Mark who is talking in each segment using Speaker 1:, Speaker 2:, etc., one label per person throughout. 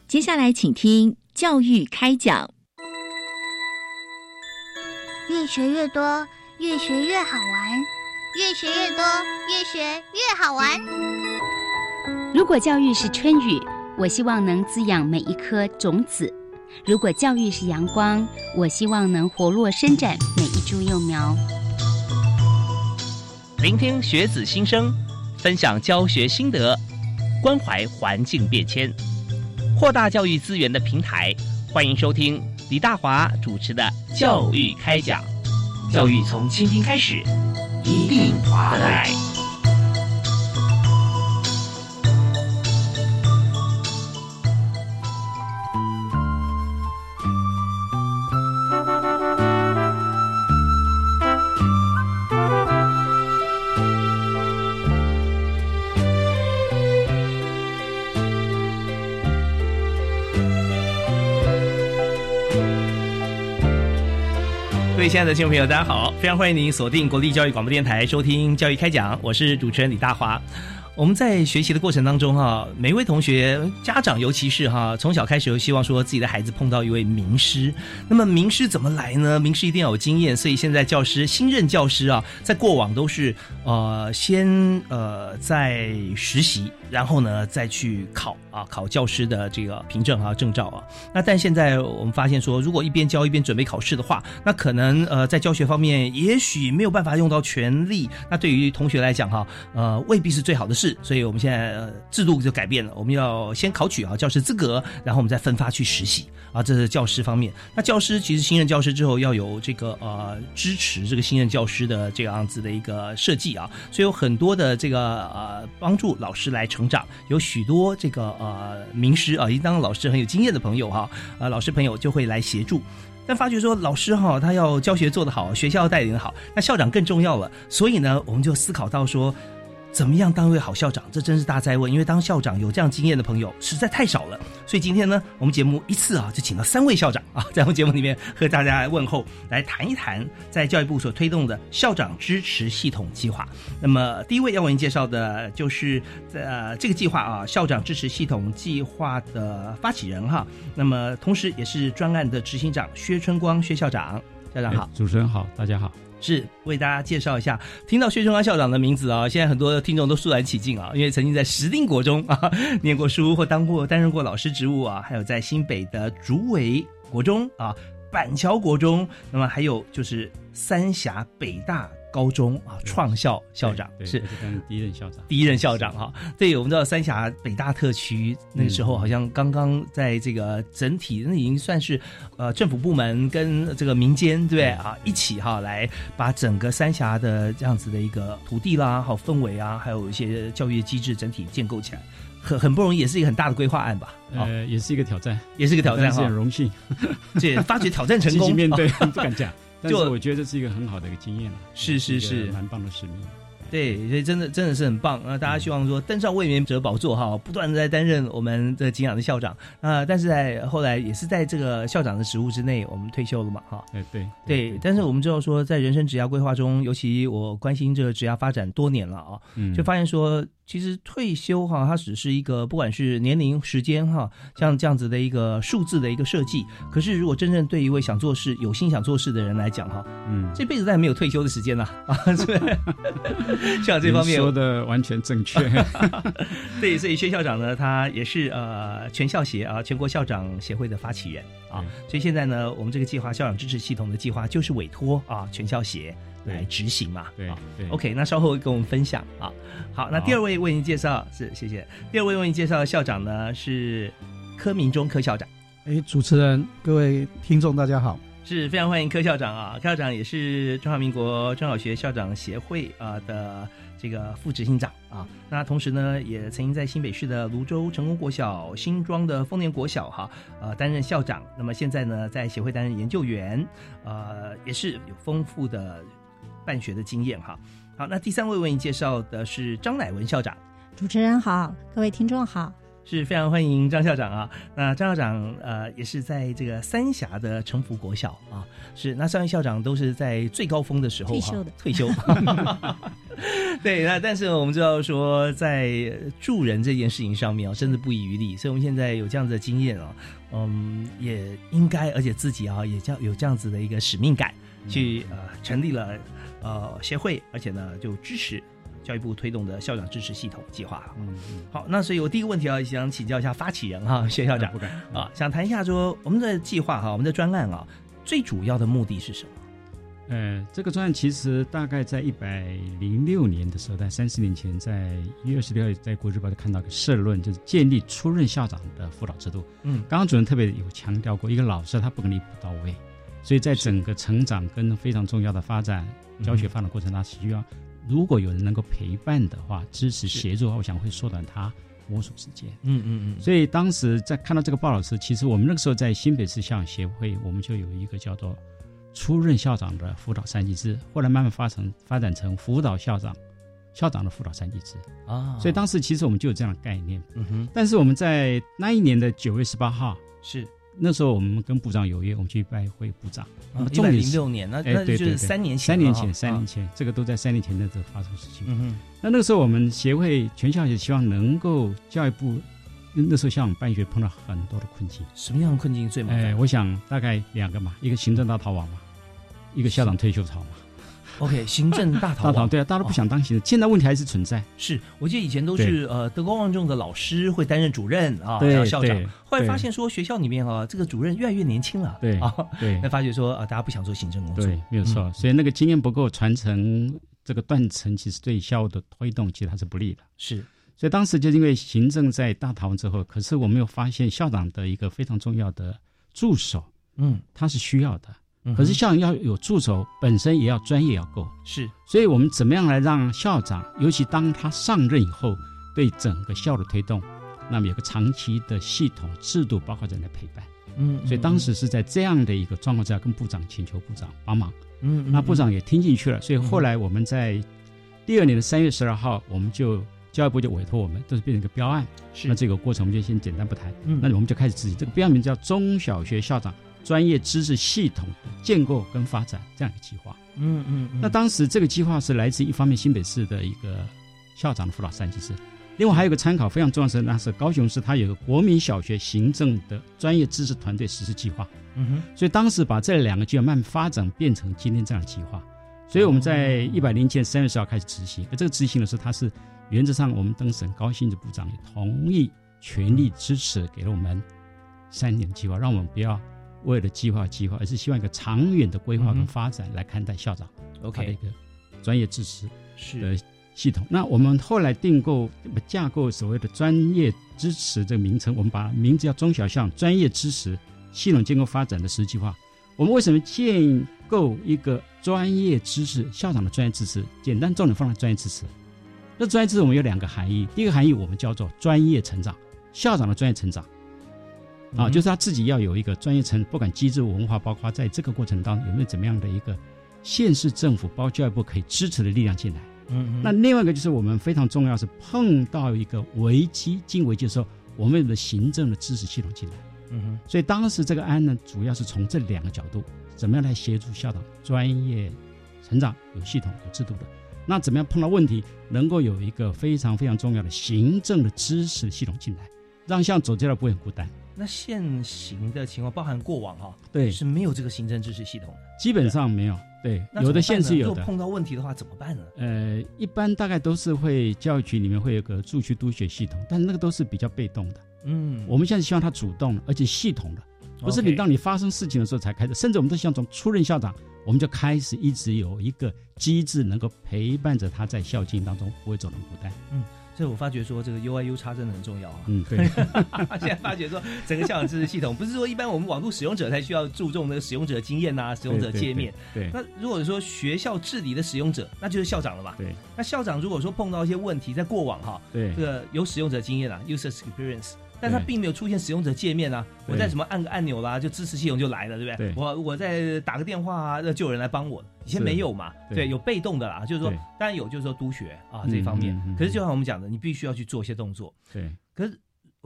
Speaker 1: 接下来请听教育开讲。
Speaker 2: 越学越多，越学越好玩，越学越多，越学越好玩。
Speaker 3: 如果教育是春雨，我希望能滋养每一颗种子；如果教育是阳光，我希望能活络伸展每一株幼苗。
Speaker 4: 聆听学子心声，分享教学心得，关怀环境变迁，扩大教育资源的平台。欢迎收听李大华主持的教育开讲。教育从倾听开始，一定划得来。各位亲爱的听众朋友，大家好，非常欢迎您锁定国立教育广播电台收听教育开讲，我是主持人李大华。我们在学习的过程当中每位同学家长尤其是从小开始就希望说自己的孩子碰到一位名师。那么名师怎么来呢？名师一定要有经验，所以现在新任教师在过往都是先在实习，然后呢再去考教师的这个凭证证照那但现在我们发现说，如果一边教一边准备考试的话，那可能在教学方面也许没有办法用到全力，那对于同学来讲未必是最好的事。所以我们现在制度就改变了，我们要先考取教师资格，然后我们再分发去实习这是教师方面。那教师其实新任教师之后要有这个支持这个新任教师的这样子的一个设计所以有很多的这个帮助老师来成长，有许多这个名师已经当老师很有经验的朋友老师朋友就会来协助。但发觉说老师他要教学做得好，学校要带领得好，那校长更重要了。所以呢我们就思考到说，怎么样当一位好校长，这真是大哉问，因为当校长有这样经验的朋友实在太少了。所以今天呢我们节目一次就请到3位校长在我们节目里面和大家问候，来谈一谈在教育部所推动的校长支持系统计划。那么第一位要为您介绍的就是这个计划校长支持系统计划的发起人那么同时也是专案的执行长薛春光薛校长。校长好。
Speaker 5: 主持人好，大家好。
Speaker 4: 是为大家介绍一下，听到薛春光校长的名字现在很多听众都肃然起敬因为曾经在石碇国中念过书或担任过老师职务还有在新北的竹围国中板桥国中，那么还有就是三峡北大高中创校校长，是
Speaker 5: 第一任校长
Speaker 4: 对，我们知道三峡北大特区那个时候好像刚刚在这个整体那已经算是政府部门跟这个民间对不对一起来把整个三峡的这样子的一个土地啦还有氛围还有一些教育机制整体建构起来，很不容易，也是一个很大的规划案吧。
Speaker 5: 也是一个挑战，
Speaker 4: 也是一个挑战
Speaker 5: 是很荣幸
Speaker 4: 这发觉挑战成功
Speaker 5: 积极面对不敢讲但是我觉得这是一个很好的一个经验，是蛮棒的使命。
Speaker 4: 对，所以真的是很棒大家希望说登上卫冕者宝座不断的在担任我们的敬仰的校长但是在后来也是在这个校长的职务之内，我们退休了嘛对。但是我们知道说，在人生职涯规划中，尤其我关心这个职涯发展多年了就发现说，其实退休它只是一个不管是年龄时间像这样子的一个数字的一个设计，可是如果真正对一位想做事有心想做事的人来讲这辈子再也没有退休的时间了是不是像这方面
Speaker 5: 说的完全正确
Speaker 4: 对，所以薛校长呢他也是全校协全国校长协会的发起人所以现在呢我们这个计划校长支持系统的计划就是委托全校协来执行嘛。
Speaker 5: 对
Speaker 4: OK， 那稍后跟我们分享好，那第二位为您介绍是谢谢。第二位为您介绍的校长呢是柯明忠柯校长。
Speaker 6: 主持人各位听众大家好。
Speaker 4: 是非常欢迎柯校长柯校长也是中华民国中小学校长协会的这个副执行长那同时呢也曾经在新北市的泸州成功国小、新庄的丰年国小担任校长，那么现在呢在协会担任研究员也是有丰富的办学的经验好，那第三位为您介绍的是张乃文校长。
Speaker 7: 主持人好，各位听众好。
Speaker 4: 是非常欢迎张校长啊。那张校长也是在这个三峡的成福国小啊，是那三位校长都是在最高峰的时候退休。对，那但是我们知道说在助人这件事情上面真的不遗余力，所以我们现在有这样子的经验也应该而且自己也有这样子的一个使命感，去成立了协会，而且呢就支持教育部推动的校长支持系统计划。好，那所以我第一个问题想请教一下发起人薛校长想谈一下说我们的计划我们的专案最主要的目的是什么？
Speaker 5: 这个专案其实大概在106年的时候，在30年前，在1月26日在国日报就看到个社论，就是建立出任校长的辅导制度。刚刚主任特别有强调过，一个老师他不可能一步到位，所以在整个成长跟非常重要的发展教学发展过程，他需要如果有人能够陪伴的话，支持协助的话，我想会缩短他摸索时间。所以当时在看到这个报道时，其实我们那个时候在新北市校长协会，我们就有一个叫做出任校长的辅导3级制，后来慢慢发展成辅导校长的辅导3级制所以当时其实我们就有这样的概念。但是我们在那一年的9月18号，
Speaker 4: 是
Speaker 5: 那时候我们跟部长有约，我们去拜会部长。
Speaker 4: 106年，那就是3年前。
Speaker 5: 3年前，这个都在3年前的这发生事情。那个时候我们协会全校也希望能够教育部，那时候校长办学碰到很多的困境。
Speaker 4: 什么样的困境最麻烦？
Speaker 5: 我想大概2个嘛，一个行政大逃亡嘛，一个校长退休潮嘛。
Speaker 4: OK， 行政大逃亡，
Speaker 5: 对啊，大家都不想当行政，现在问题还是存在。
Speaker 4: 是我记得以前都是德高望重的老师会担任主任
Speaker 5: 对，
Speaker 4: 校长。后来发现说学校里面这个主任越来越年轻了，
Speaker 5: 对，
Speaker 4: 那发觉说大家不想做行政工作，
Speaker 5: 对，没有错。所以那个经验不够传承，这个断层其实对校务的推动其实它是不利的。
Speaker 4: 是，
Speaker 5: 所以当时就因为行政在大逃亡之后，可是我们有发现校长的一个非常重要的助手，他是需要的。可是校长要有助手，本身也要专业要够。
Speaker 4: 是，
Speaker 5: 所以我们怎么样来让校长，尤其当他上任以后，对整个校的推动，那么有个长期的系统制度，包括人的陪伴。所以当时是在这样的一个状况之下，跟部长请求部长帮忙。那部长也听进去了。所以后来我们在第2年的3月12号，我们就教育部就委托我们，都是变成一个标案。那这个过程我们就先简单不谈。那我们就开始执行这个标案，名叫中小学校长专业知识系统的建构跟发展这样一个计划。那当时这个计划是来自一方面新北市的一个校长的辅导3级制，另外还有一个参考非常重要的是，那是高雄市它有一个国民小学行政的专业知识团队实施计划。所以当时把这2个计划慢慢发展变成今天这样的计划。所以我们在107年3月10号开始执行。而这个执行的时候，它是原则上我们登省高兴的部长也同意全力支持，给了我们3年的计划，让我们不要为了计划，而是希望一个长远的规划跟发展来看待校长他的一个专业支持的系统。那我们后来架构所谓的专业支持这个名称，我们把名字叫中小校长专业支持系统建构发展的实施计划。我们为什么建构一个专业知识校长的专业支持？简单重点放在专业支持。那专业支持我们有2个含义，第一个含义我们叫做专业成长，校长的专业成长。就是他自己要有一个专业成，不管机制文化，包括在这个过程当中有没有怎么样的一个县市政府包括教育部可以支持的力量进来。那另外一个就是我们非常重要是碰到一个危机的时候，我们有的行政的支持系统进来。所以当时这个案呢，主要是从这2个角度，怎么样来协助校长专业成长，有系统有制度的。那怎么样碰到问题，能够有一个非常非常重要的行政的支持系统进来，让校长走这条不会很孤单。
Speaker 4: 那现行的情况，包含过往
Speaker 5: 对，
Speaker 4: 是没有这个行政支持系统的，
Speaker 5: 基本上没有。对，有的县市有的。如
Speaker 4: 果碰到问题的话怎么办呢？
Speaker 5: 一般大概都是会教育局里面会有个驻区督学系统，但是那个都是比较被动的。我们现在希望它主动的，而且系统的，不是你当你发生事情的时候才开始，甚至我们都希望从出任校长，我们就开始一直有一个机制能够陪伴着他在校经当中不会走得孤单。
Speaker 4: 所以我发觉说这个 UI U 真的很重要
Speaker 5: 对。
Speaker 4: 现在发觉说整个校长支持系统，不是说一般我们网络使用者才需要注重那个使用者经验使用者界面。
Speaker 5: 对。
Speaker 4: 那如果说学校治理的使用者，那就是校长了嘛。
Speaker 5: 对。
Speaker 4: 那校长如果说碰到一些问题，在过往
Speaker 5: 对，
Speaker 4: 这个有使用者经验user experience。但他并没有出现使用者界面我在什么按个按钮啦，就支持系统就来了，对不对？我在打个电话就有人来帮我，以前没有嘛。对，有被动的啦，就是说当然有，就是说督学这一方面。可是就像我们讲的，你必须要去做一些动作。
Speaker 5: 对。
Speaker 4: 可是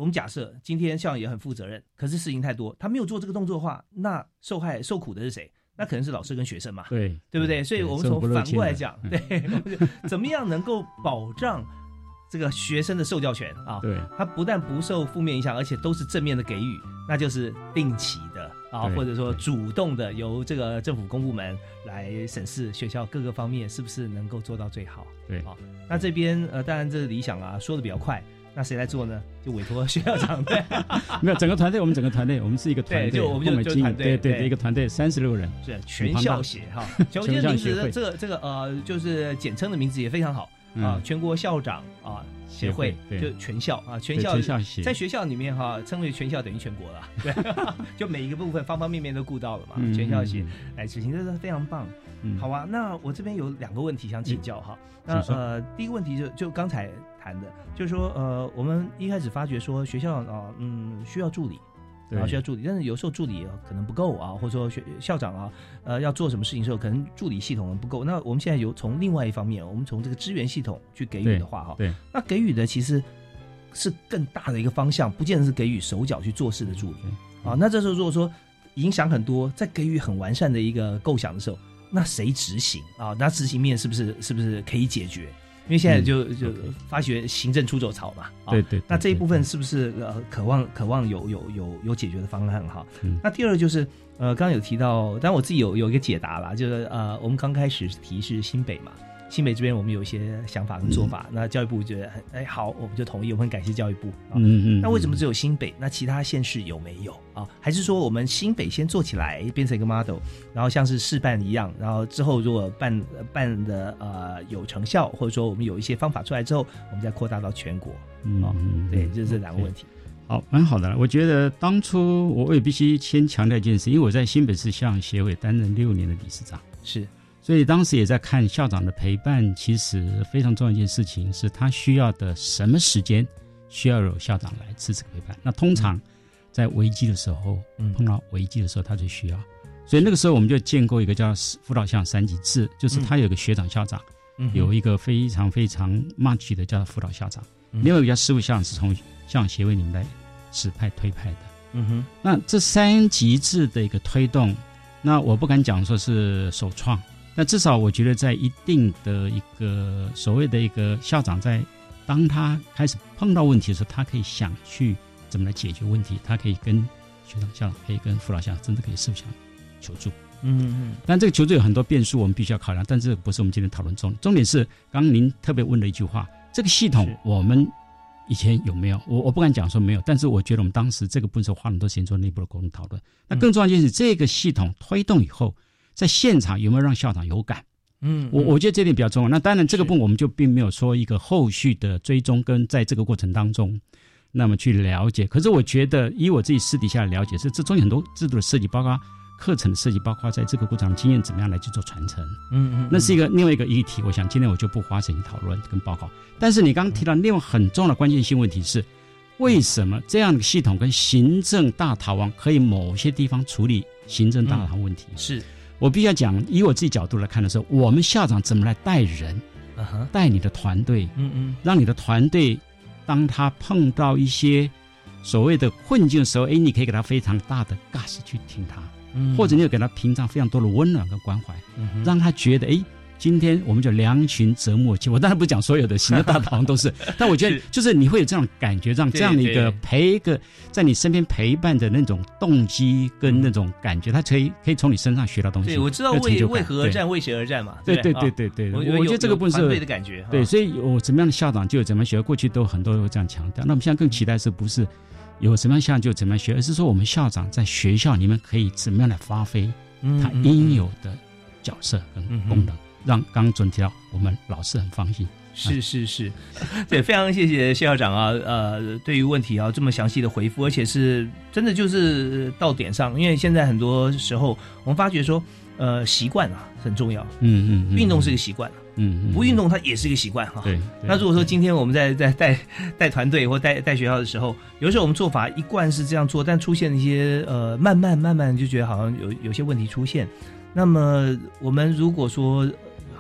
Speaker 4: 我们假设今天校长也很负责任，可是事情太多，他没有做这个动作的话，那受苦的是谁？那可能是老师跟学生嘛，对不对？所以我们从反过来讲，对，怎么样能够保障这个学生的受教权啊？对，他不但不受负面影响，而且都是正面的给予，那就是定期的啊，或者说主动的由这个政府公部门来审视学校各个方面是不是能够做到最好。对啊，那这边当然这是理想啊，说的比较快。那谁来做呢？就委托学校长对，
Speaker 5: 没有整个团队，我们是一个团队，
Speaker 4: 我们就团队，
Speaker 5: 对，一个团队36人，
Speaker 4: 是全校协哈。我觉得名字这个就是简称的名字也非常好啊，全国校长啊协会，就全校啊，全校在学校里面哈，称为全校等于全国了，对，就每一个部分方方面面都顾到了嘛，全校协来执行，这是非常棒。好啊，那我这边有2个问题想请教哈。那第一个问题就刚才谈的，就是说我们一开始发觉说学校需要助理，需要助理，但是有时候助理可能不够啊，或者说校长啊要做什么事情的时候，可能助理系统不够。那我们现在有从另外一方面，我们从这个支援系统去给予的话哈，对，那给予的其实是更大的一个方向，不见得是给予手脚去做事的助理啊。那这时候如果说影响很多，在给予很完善的一个构想的时候，那谁执行啊？那执行面是不是可以解决？因为现在就发觉行政出走草嘛，对，那这一部分是不是渴望有解决的方案哈？那第二就是刚刚有提到，当然我自己有一个解答啦，就是我们刚开始提是新北嘛。新北这边我们有一些想法跟做法，那教育部觉得好，我们就同意，我们很感谢教育部啊。那为什么只有新北？那其他县市有没有啊？还是说我们新北先做起来，变成一个 model， 然后像是示范一样，然后之后如果办的有成效，或者说我们有一些方法出来之后，我们再扩大到全国啊。对，就是这2个问题。
Speaker 5: 好，蛮好的。我觉得当初我也必须先强调一件事，因为我在新北市校长协会担任6年的理事长，是。所以当时也在看校长的陪伴，其实非常重要一件事情是他需要的什么时间需要有校长来支持陪伴。那通常在危机的时候，碰到危机的时候他就需要，所以那个时候我们就建构一个叫辅导校长3级制，就是他有个学长校长，有一个非常非常 much 的叫辅导校长，另外一个叫事务校长是从校长协会里面来指派推派的。那这3级制的一个推动，那我不敢讲说是首创，那至少我觉得在一定的一个所谓的一个校长在当他开始碰到问题的时候，他可以想去怎么来解决问题，他可以跟学长校长，可以跟辅导校长，甚至可以事务校长求助。但这个求助有很多变数，我们必须要考量，但这不是我们今天讨论重点是刚刚您特别问了一句话，这个系统我们以前有没有？我不敢讲说没有，但是我觉得我们当时这个部分花很多时间做内部的沟通讨论。那更重要的就是这个系统推动以后，在现场有没有让校长有感？我觉得这点比较重要。那当然这个部分我们就并没有说一个后续的追踪跟在这个过程当中那么去了解。可是我觉得以我自己私底下的了解，是这中有很多制度的设计，包括课程的设计，包括在这个过程经验怎么样来去做传承。那是另外一个议题，我想今天我就不花时间讨论跟报告。但是你刚刚提到另外很重要的关键性问题是，为什么这样的系统跟行政大逃亡可以某些地方处理行政大逃亡问题？是我必须要讲，以我自己角度来看的时候，我们校长怎么来带人，带你的团队，让你的团队当他碰到一些所谓的困境的时候，你可以给他非常大的 gas 去听他，或者你有给他平常非常多的温暖跟关怀，让他觉得今天我们就良禽择木而栖。我当然不讲所有的行政大逃亡都是，但我觉得就是你会有这种感觉，让这样的一个在你身边陪伴的那种动机跟那种感觉，他可以从你身上学到东西。
Speaker 4: 对，我知道为何而战，为谁而战嘛。
Speaker 5: 对，我觉得这个部分是
Speaker 4: 团队的感觉。
Speaker 5: 对，所以我怎么样的校长就有怎么样学，过去都很多会这样强调。那我们现在更期待是不是有怎么样校长就怎么样学，而是说我们校长在学校里面可以怎么样来发挥他应有的角色跟功能。让刚刚准提到我们老师很放心。
Speaker 4: 是，对，非常谢谢谢校长啊，对于问题这么详细的回复，而且是真的就是到点上。因为现在很多时候我们发觉说，习惯很重要，运动是一个习惯，不运动它也是一个习惯哈。对，那如果说今天我们在带团队或带学校的时候，有时候我们做法一贯是这样做，但出现一些慢慢就觉得好像有些问题出现。那么我们如果说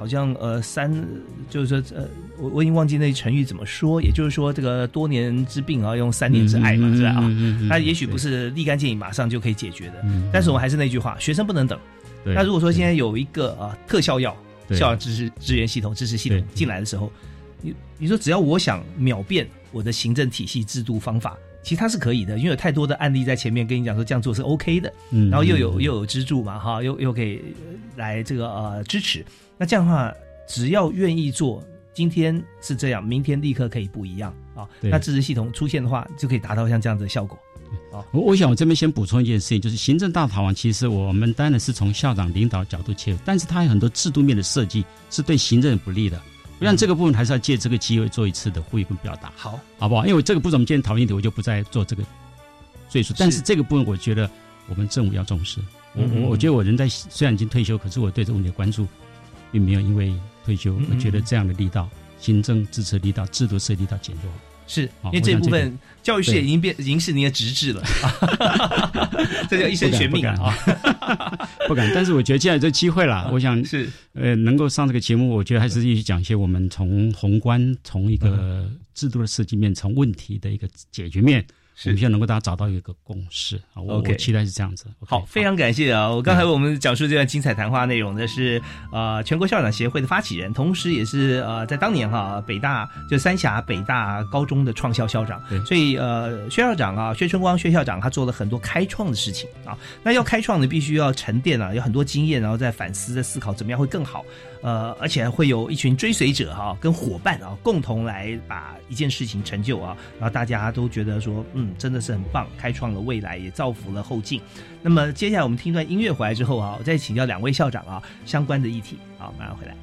Speaker 4: 好像就是说我已经忘记那成语怎么说，也就是说这个多年之病啊，用3年之爱嘛，是吧？它也许不是立竿见影马上就可以解决的，但是我们还是那句话，学生不能等。那如果说现在有一个特效药校长支援系统支持系统进来的时候，你说只要我想秒变我的行政体系制度方法，其实它是可以的，因为有太多的案例在前面跟你讲说这样做是 OK 的，然后又有支柱嘛，哈，又可以来这个支持。那这样的话，只要愿意做，今天是这样，明天立刻可以不一样啊。那支持系统出现的话，就可以达到像这样子的效果。
Speaker 5: 我想我这边先补充一件事情，就是行政大逃亡，其实我们当然是从校长领导角度切入，但是它有很多制度面的设计是对行政不利的。我想这个部分还是要借这个机会做一次的呼吁跟表达，好不好？因为这个部分我们今天讨论一点，我就不再做这个赘述。但是这个部分，我觉得我们政府要重视。我觉得我人在虽然已经退休，可是我对这个问题的关注，并没有因为退休，我觉得这样的力道，行政支持力道、制度设计力道减弱。
Speaker 4: 是因为这一部分教育事业已经是你的职志了，这叫一生悬命啊！
Speaker 5: 不敢，但是我觉得既然有这个机会啦，我想是能够上这个节目，我觉得还是继续讲一些我们从宏观、从一个制度的设计面、从问题的一个解决面。我们希望能够大家找到一个共识啊！我期待是这样子。
Speaker 4: 好，非常感谢啊！我刚才我们讲述这段精彩谈话内容的是全国校长协会的发起人，同时也是在当年北大就三峡北大高中的创校校长。所以薛校长薛春光薛校长他做了很多开创的事情啊。那要开创呢，必须要沉淀有很多经验，然后再反思、再思考怎么样会更好。而且还会有一群追随者跟伙伴共同来把一件事情成就然后大家都觉得说真的是很棒，开创了未来，也造福了后进。那么接下来我们听段音乐回来之后我再请教2位校长相关的议题。好，马上回来。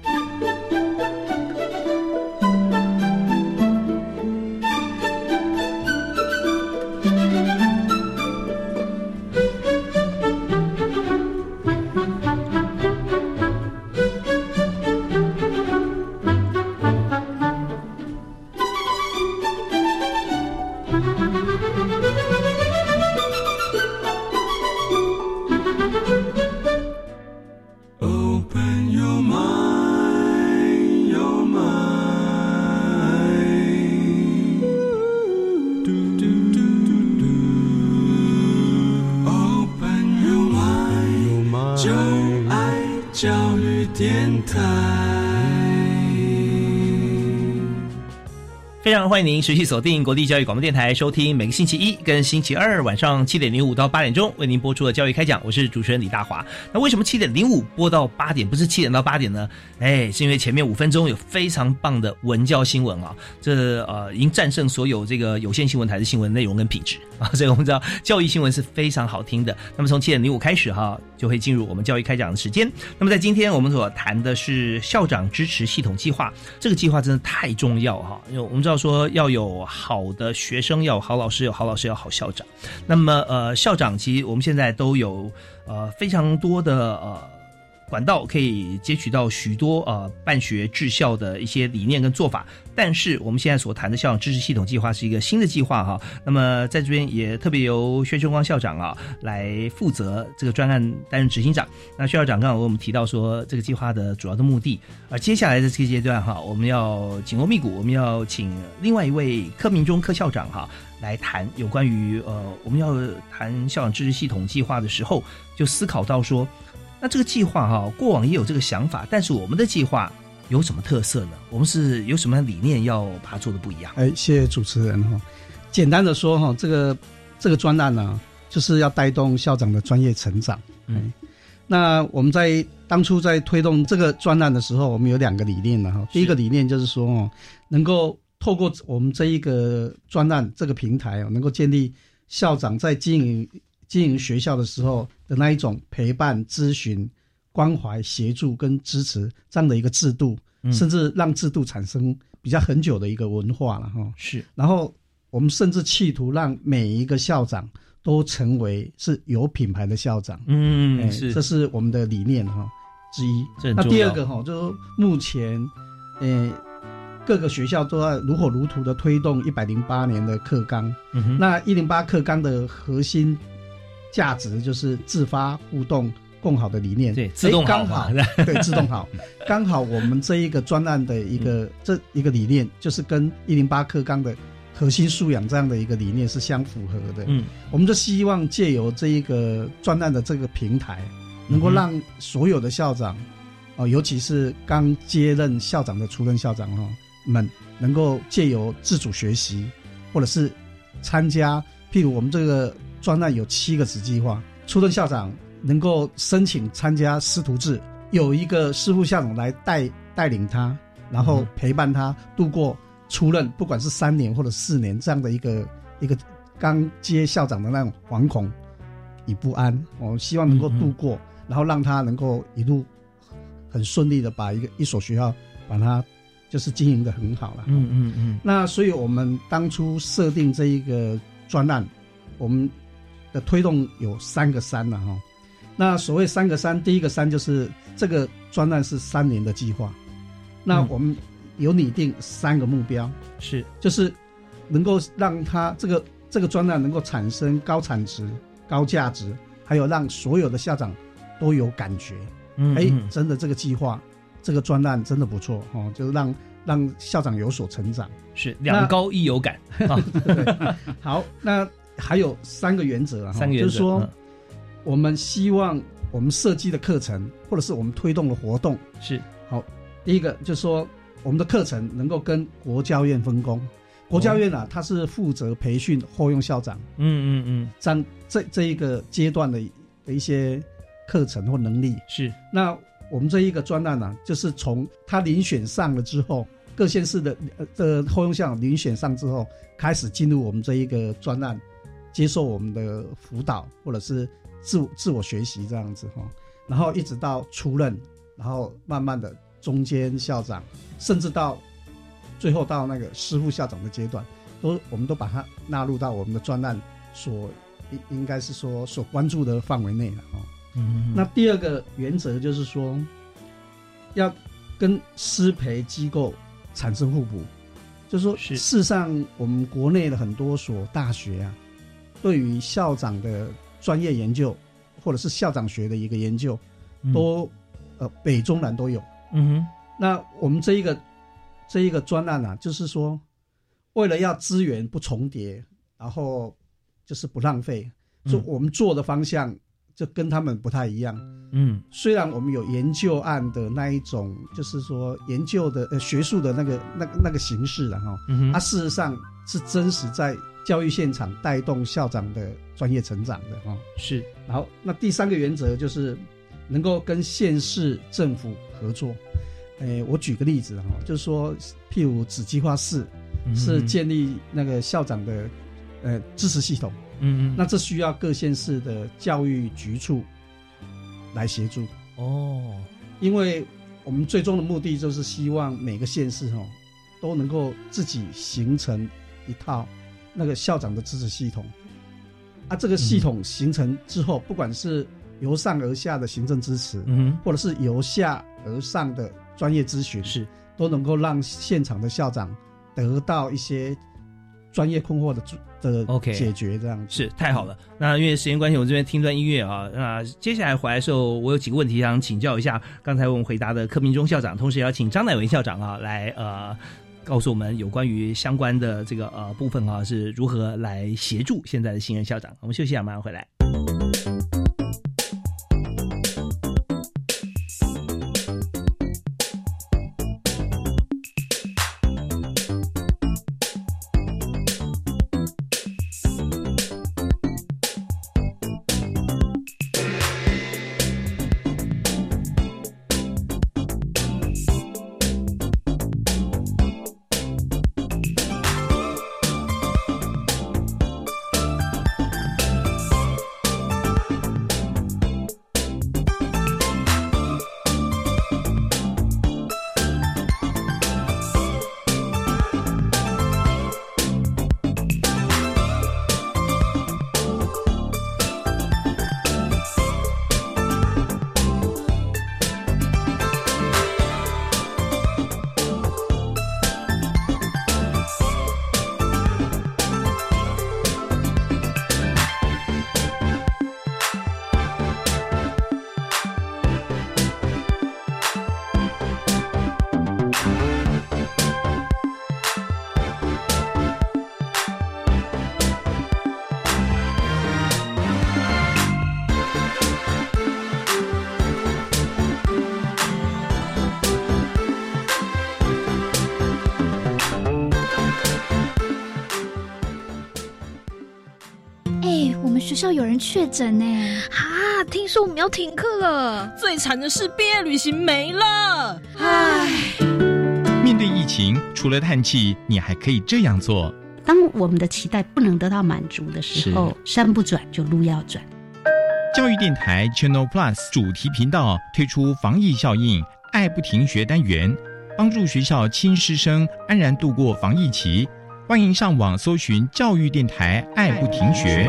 Speaker 4: 非常欢迎您持续锁定国立教育广播电台，收听每个星期一跟星期二晚上7点05到8点钟为您播出的教育开讲，我是主持人李大华。那为什么7点05播到8点，不是7点到8点呢？是因为前面5分钟有非常棒的文教新闻这已经战胜所有这个有线新闻台的新闻内容跟品质所以我们知道教育新闻是非常好听的。那么从7点05开始就会进入我们教育开讲的时间。那么在今天我们所谈的是校长支持系统计划，这个计划真的太重要因为我们知道说要有好的学生，要有好老师，有好老师要有好校长。那么校长其实我们现在都有非常多的管道可以接取到许多办学治校的一些理念跟做法，但是我们现在所谈的校长支持系统计划是一个新的计划那么在这边也特别由薛春光校长来负责这个专案，担任执行长。那薛校长刚刚我们提到说这个计划的主要的目的，而接下来的这个阶段我们要紧锣密鼓，我们要请另外一位柯明忠柯校长来谈有关于我们要谈校长支持系统计划的时候，就思考到说，那这个计划过往也有这个想法，但是我们的计划有什么特色呢？我们是有什么理念要把它做的不一样？
Speaker 6: 谢谢主持人简单的说这个专案呢，就是要带动校长的专业成长。那我们在当初在推动这个专案的时候，我们有2个理念第一个理念就是说能够透过我们这一个专案这个平台能够建立校长在经营学校的时候的那一种陪伴、咨询、关怀、协助跟支持这样的一个制度，甚至让制度产生比较很久的一个文化了是。然后我们甚至企图让每一个校长都成为是有品牌的校长。是，这是我们的理念之一。那第二个就是目前各个学校都在如火如荼的推动108年的课纲。那108课纲的核心价值就是自发、互动、 共好的理念，
Speaker 4: 对，自动好
Speaker 6: 刚好对自动好，刚好我们这一个专案的这一个理念，就是跟108课纲的核心素养这样的一个理念是相符合的。我们就希望借由这一个专案的这个平台，能够让所有的校长，尤其是刚接任校长的初任校长们，能够借由自主学习，或者是参加，譬如我们这个专案有7个子计划，初任校长能够申请参加师徒制，有一个师副校长来带领他，然后陪伴他度过初任，不管是3年或者4年这样的一个刚接校长的那种惶恐与不安，我希望能够度过，然后让他能够一路很顺利的把一所学校把它就是经营的很好了。那所以我们当初设定这一个专案，我们的推动有3个3了哈。那所谓3个3，第一个3就是这个专案是3年的计划，那我们有拟定3个目标，
Speaker 4: 是就是
Speaker 6: 能够让它这个专案能够产生高产值、高价值，还有让所有的校长都有感觉，真的这个计划、这个专案真的不错哦，就是让校长有所成长，
Speaker 4: 是2高1有感。
Speaker 6: 对，好，那还有3个原则
Speaker 4: 3个原则，
Speaker 6: 就是说，我们希望我们设计的课程，或者是我们推动的活动，
Speaker 4: 是好。
Speaker 6: 第一个就是说，我们的课程能够跟国教院分工。国教院它是负责培训后用校长，这一个阶段的一些课程或能力。
Speaker 4: 是。
Speaker 6: 那我们这一个专案就是从他遴选上了之后，各县市的后用校长遴选上之后，开始进入我们这一个专案，接受我们的辅导或者是自我学习这样子然后一直到出任，然后慢慢的中间校长，甚至到最后到那个师副校长的阶段，我们都把它纳入到我们的专案应该是说所关注的范围内了那第2个原则就是说，要跟师培机构产生互补，就是说，事实上我们国内的很多所大学对于校长的专业研究，或者是校长学的一个研究，都北中南都有。那我们这一个专案就是说，为了要资源不重叠，然后就是不浪费，所以我们做的方向就跟他们不太一样。虽然我们有研究案的那一种，就是说研究的学术的那个形式了它事实上是真实在教育现场带动校长的专业成长的
Speaker 4: 是。
Speaker 6: 然后那第3个原则就是能够跟县市政府合作。我举个例子就是说，譬如子计划4是建立那个校长的支持系统。那这需要各县市的教育局处来协助因为我们最终的目的就是希望每个县市都能够自己形成一套那个校长的支持系统这个系统形成之后，不管是由上而下的行政支持，或者是由下而上的专业咨询，
Speaker 4: 是
Speaker 6: 都能够让现场的校长得到一些专业困惑的解决，这样子
Speaker 4: 是太好了。那因为时间关系，我这边听段音乐那接下来回来的时候，我有几个问题想请教一下刚才我们回答的柯明忠校长，同时也要请张乃文校长来告诉我们有关于相关的这个部分是如何来协助现在的新任校长。我们休息一下，马上回来。
Speaker 7: 校有人确诊呢。
Speaker 8: 啊，听说我们要停课了。
Speaker 9: 最惨的是毕业旅行没了。
Speaker 8: 唉，
Speaker 10: 面对疫情，除了叹气，你还可以这样做。
Speaker 3: 当我们的期待不能得到满足的时候，山不转就路要转。
Speaker 10: 教育电台 Channel Plus 主题频道推出防疫效应爱不停学单元，帮助学校亲师生安然度过防疫期。欢迎上网搜寻教育电台爱不停学。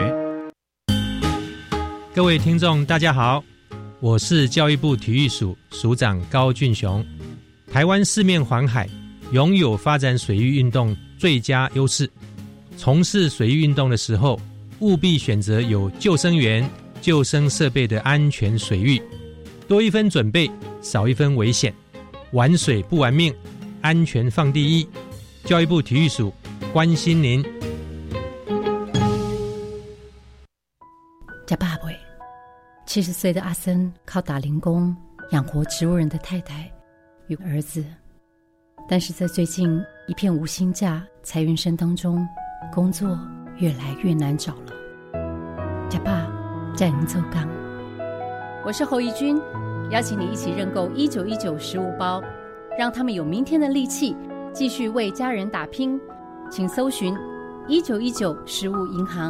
Speaker 11: 各位听众大家好，我是教育部体育署署长高俊雄。台湾四面环海，拥有发展水域运动最佳优势。从事水域运动的时候，务必选择有救生员、救生设备的安全水域，多一分准备，少一分危险。玩水不玩命，安全放第一。教育部体育署关心您。
Speaker 12: 家爸爸70岁的阿森靠打零工养活植物人的太太与儿子，但是在最近一片无薪假裁员声当中，工作越来越难找了。家爸在您做岗，我是侯怡君，邀请你一起认购1919食物包，让他们有明天的力气，继续为家人打拼。请搜寻1919食物银行。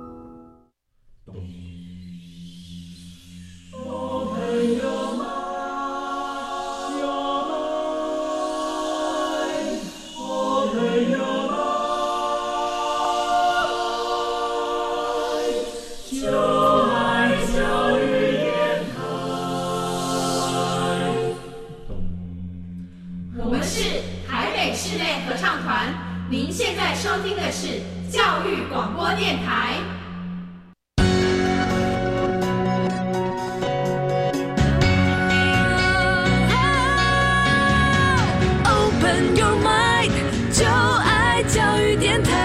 Speaker 13: 您现在收听的是教育广播电台。Open your mind， 就爱教育电台。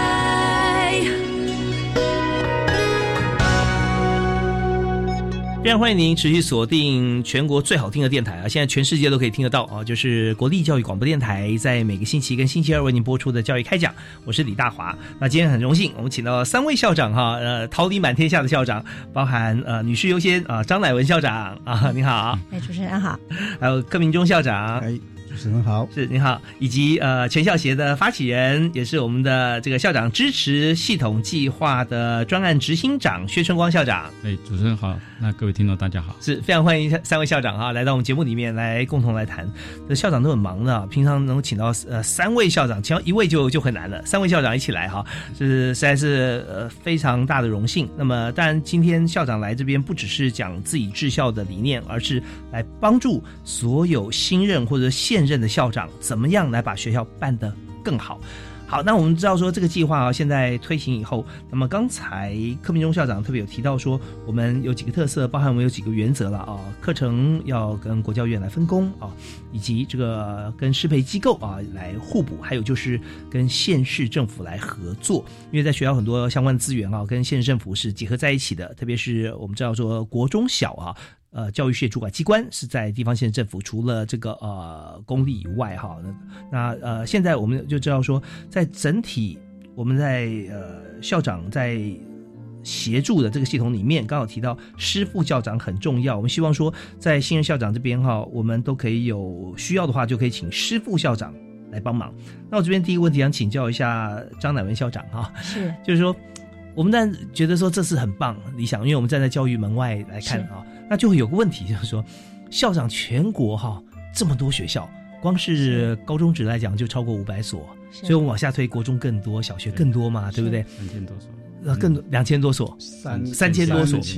Speaker 4: 非常欢迎您持续锁定全国最好听的电台啊！现在全世界都可以听得到啊，就是国立教育广播电台在每个星期跟星期二为您播出的教育开讲，我是李大华。那今天很荣幸，我们请到3位校长哈，桃李满天下的校长，包含女士优先啊，张乃文校长啊，你好，
Speaker 14: 主持人好，
Speaker 4: 还有柯明忠校长，
Speaker 6: 主持人好，
Speaker 4: 是您好，以及全校协的发起人，也是我们的这个校长支持系统计划的专案执行长薛春光校长。
Speaker 5: 主持人好，那各位听众大家好，
Speaker 4: 是非常欢迎3位校长哈来到我们节目里面来共同来谈。这校长都很忙的，平常能请到3位校长，请到1位就很难了，3位校长一起来哈，是实在是非常大的荣幸。那么当然今天校长来这边不只是讲自己治校的理念，而是来帮助所有新任或者现任的校长怎么样来把学校办得更好。好，那我们知道说这个计划啊，现在推行以后，那么刚才柯明忠校长特别有提到说，我们有几个特色，包含我们有几个原则了啊，课程要跟国教院来分工啊，以及这个跟师培机构啊来互补，还有就是跟县市政府来合作，因为在学校很多相关资源啊，跟县市政府是结合在一起的，特别是我们知道说国中小啊。教育事业主管机关是在地方县政府，除了这个公立以外哈，那现在我们就知道说，在整体我们在校长在协助的这个系统里面，刚好提到师副校长很重要，我们希望说在新任校长这边哈，我们都可以有需要的话，就可以请师副校长来帮忙。那我这边第一个问题想请教一下张乃文校长哈，
Speaker 14: 是
Speaker 4: 就是说我们当然觉得说这是很棒理想，因为我们站在教育门外来看啊。那就会有个问题，就是说，校长全国哈这么多学校，光是高中职来讲就超过500所，所以我们往下推，国中更多，小学更多嘛，对不对
Speaker 5: ？3000多所，
Speaker 4: 更多2000多所，3000多所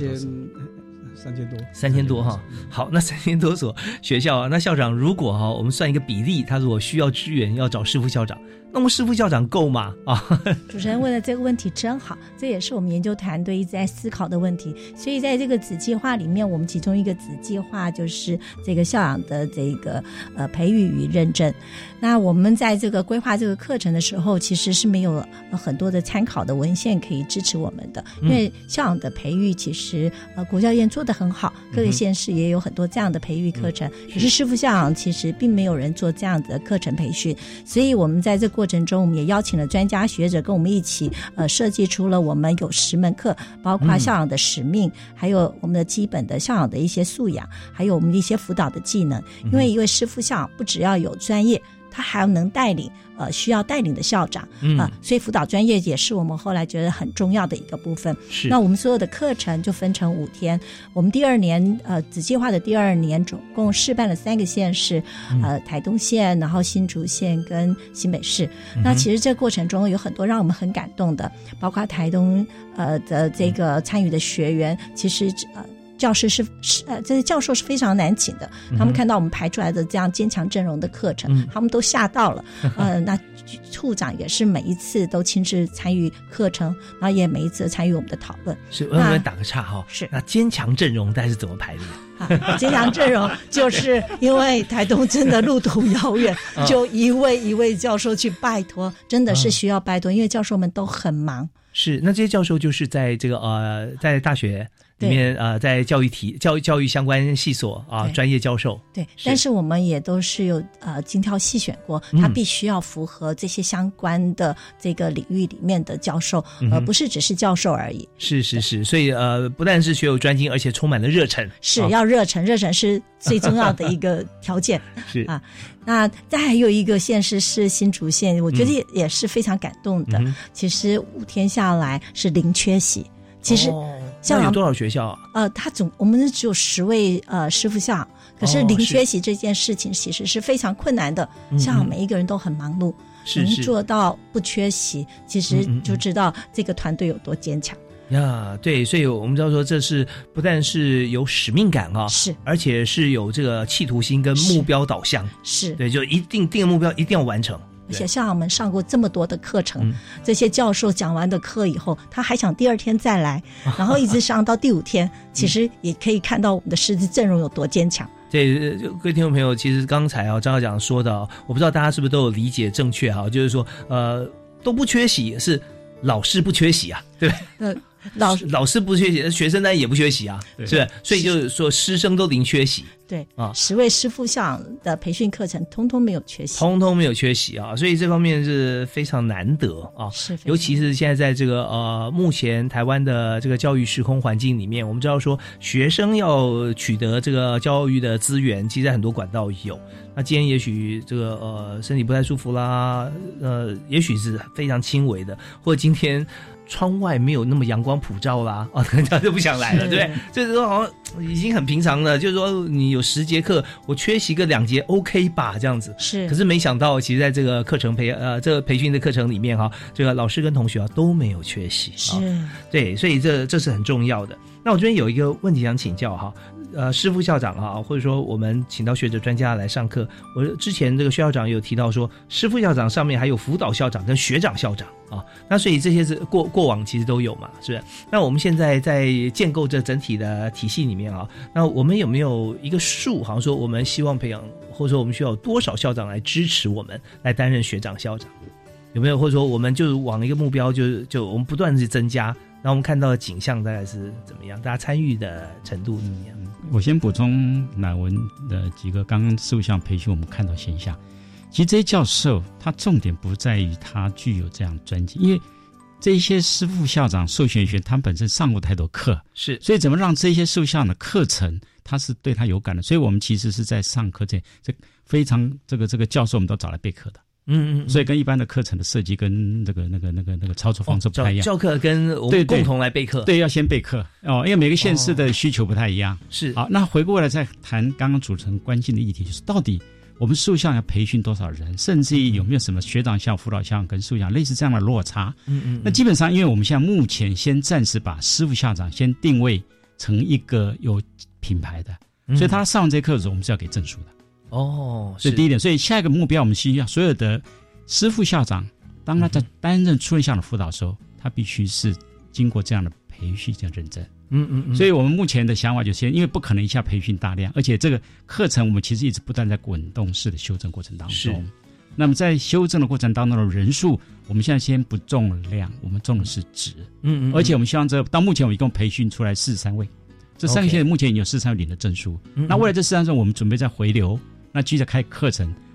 Speaker 4: ，3000多哈。好，那3000多所学校啊，那校长如果哈我们算一个比例，他如果需要支援要找师副校长，那我们师副校长够吗？啊，
Speaker 14: 主持人问的这个问题真好，这也是我们研究团队一直在思考的问题。所以在这个子计划里面，我们其中一个子计划就是这个校长的这个培育与认证。那我们在这个规划这个课程的时候，其实是没有很多的参考的文献可以支持我们的，因为校长的培育其实国教院做得很好，各个县市也有很多这样的培育课程，可是师副校长其实并没有人做这样的课程培训，所以我们在这过程中，我们也邀请了专家学者跟我们一起设计出了我们有10门课，包括校长的使命，还有我们的基本的校长的一些素养，还有我们的一些辅导的技能。因为一位师副校长不只要有专业，他还要能带领需要带领的校长所以辅导专业也是我们后来觉得很重要的一个部分。
Speaker 4: 是，
Speaker 14: 那我们所有的课程就分成5天，我们第2年子计划的第2年总共试办了3个县市，台东县，然后新竹县跟新北市。那其实这个过程中有很多让我们很感动的，包括台东的这个参与的学员，其实教师这些教授是非常难请的，他们看到我们排出来的这样坚强阵容的课程，他们都吓到了。那处长也是每一次都亲自参与课程，然后也每一次参与我们的讨论。
Speaker 4: 是，我们打个岔哈。是，那坚强阵容大概是怎么排的？
Speaker 14: 坚强阵容就是因为台东真的路途遥远，就一位教授去拜托，真的是需要拜托，因为教授们都很忙。
Speaker 4: 是，那这些教授就是在这个在大学里面在教育相关系所专业教授。对，
Speaker 14: 但是我们也都是有精挑细选过，他必须要符合这些相关的这个领域里面的教授，而不是只是教授而已。
Speaker 4: 是，所以不但是学有专精，而且充满了热忱。
Speaker 14: 是要热忱是最重要的一个条件。
Speaker 4: 是啊，
Speaker 14: 那再还有一个县市是新竹县，我觉得也是非常感动的。其实5天下来是零缺席。其实
Speaker 4: 那有多少学校啊？
Speaker 14: 我们只有10位师副校长，可是零缺席这件事情其实是非常困难的。校长每一个人都很忙碌，能做到不缺席，其实就知道这个团队有多坚强。
Speaker 4: 对，所以我们知道说这是不但是有使命感是，而且是有这个企图心跟目标导向。是，对，就一定定的目标一定要完成。
Speaker 14: 而且校长们上过这么多的课程，这些教授讲完的课以后，他还想第2天再来，然后一直上到第5天，其实也可以看到我们的师资阵容有多坚强。
Speaker 4: 对，各位听众朋友，其实刚才张校长说的我不知道大家是不是都有理解正确就是说都不缺席，是老师不缺席对不对？老师不缺席，学生当然也不缺席是不是？所以就是说师生都零缺席。
Speaker 14: 对10位师副校长的培训课程通通没有缺席，
Speaker 4: 所以这方面是非常难得是，尤其是现在在这个目前台湾的这个教育时空环境里面，我们知道说学生要取得这个教育的资源，其实在很多管道有。那今天也许这个身体不太舒服啦，也许是非常轻微的，或者今天窗外没有那么阳光普照啦，人家就不想来了，对不对？这时候好像已经很平常了，就是说你有10节课，我缺席个2节 OK 吧，这样子是。可是没想到，其实在这个课程这个培训的课程里面这个老师跟同学都没有缺席，是。对，所以这是很重要的。那我这边有一个问题想请教师副校长或者说我们请到学者专家来上课，我之前这个薛校长有提到说，师副校长上面还有辅导校长跟学长校长那所以这些是过往其实都有嘛，是不是？那我们现在在建构这整体的体系里面那我们有没有一个数，好像说我们希望培养，或者说我们需要有多少校长来支持我们来担任学长校长？有没有？或者说我们就往一个目标，就我们不断的增加，然后我们看到的景象大概是怎么样？大家参与的程度怎么样？
Speaker 5: 我先补充乃文的几个刚刚师副校长培训我们看到现象。其实这些教授他重点不在于他具有这样专精，因为这些师副校长受选学员他们本身上过太多课，是，所以怎么让这些师副校长的课程他是对他有感的，所以我们其实是在上课这非常这个教授我们都找来备课的。所以跟一般的课程的设计跟那个操作方式不太一样。
Speaker 4: 教课跟我们共同来备课，
Speaker 5: 对，要先备课因为每个县市的需求不太一样。是，好，那回过来再谈刚刚主持人关心的议题，就是到底我们师副校长要培训多少人，甚至于有没有什么学长校、辅导校跟师副校长类似这样的落差？那基本上，因为我们现在目前先暂时把师副校长先定位成一个有品牌的，所以他上完这课的时候，我们是要给证书的。这是第一点。所以下一个目标，我们需要所有的师副校长，当他在担任初任校长辅导的时候，他必须是经过这样的培训、这样认证。所以我们目前的想法就是，因为不可能一下培训大量，而且这个课程我们其实一直不断在滚动式的修正过程当中。那么在修正的过程当中的人数，我们现在先不重量，我们重的是质。而且我们希望到目前我们一共培训出来43位，这3个县目前已经有43位领了证书。那未来这43位我们准备再回流。那继续开课程，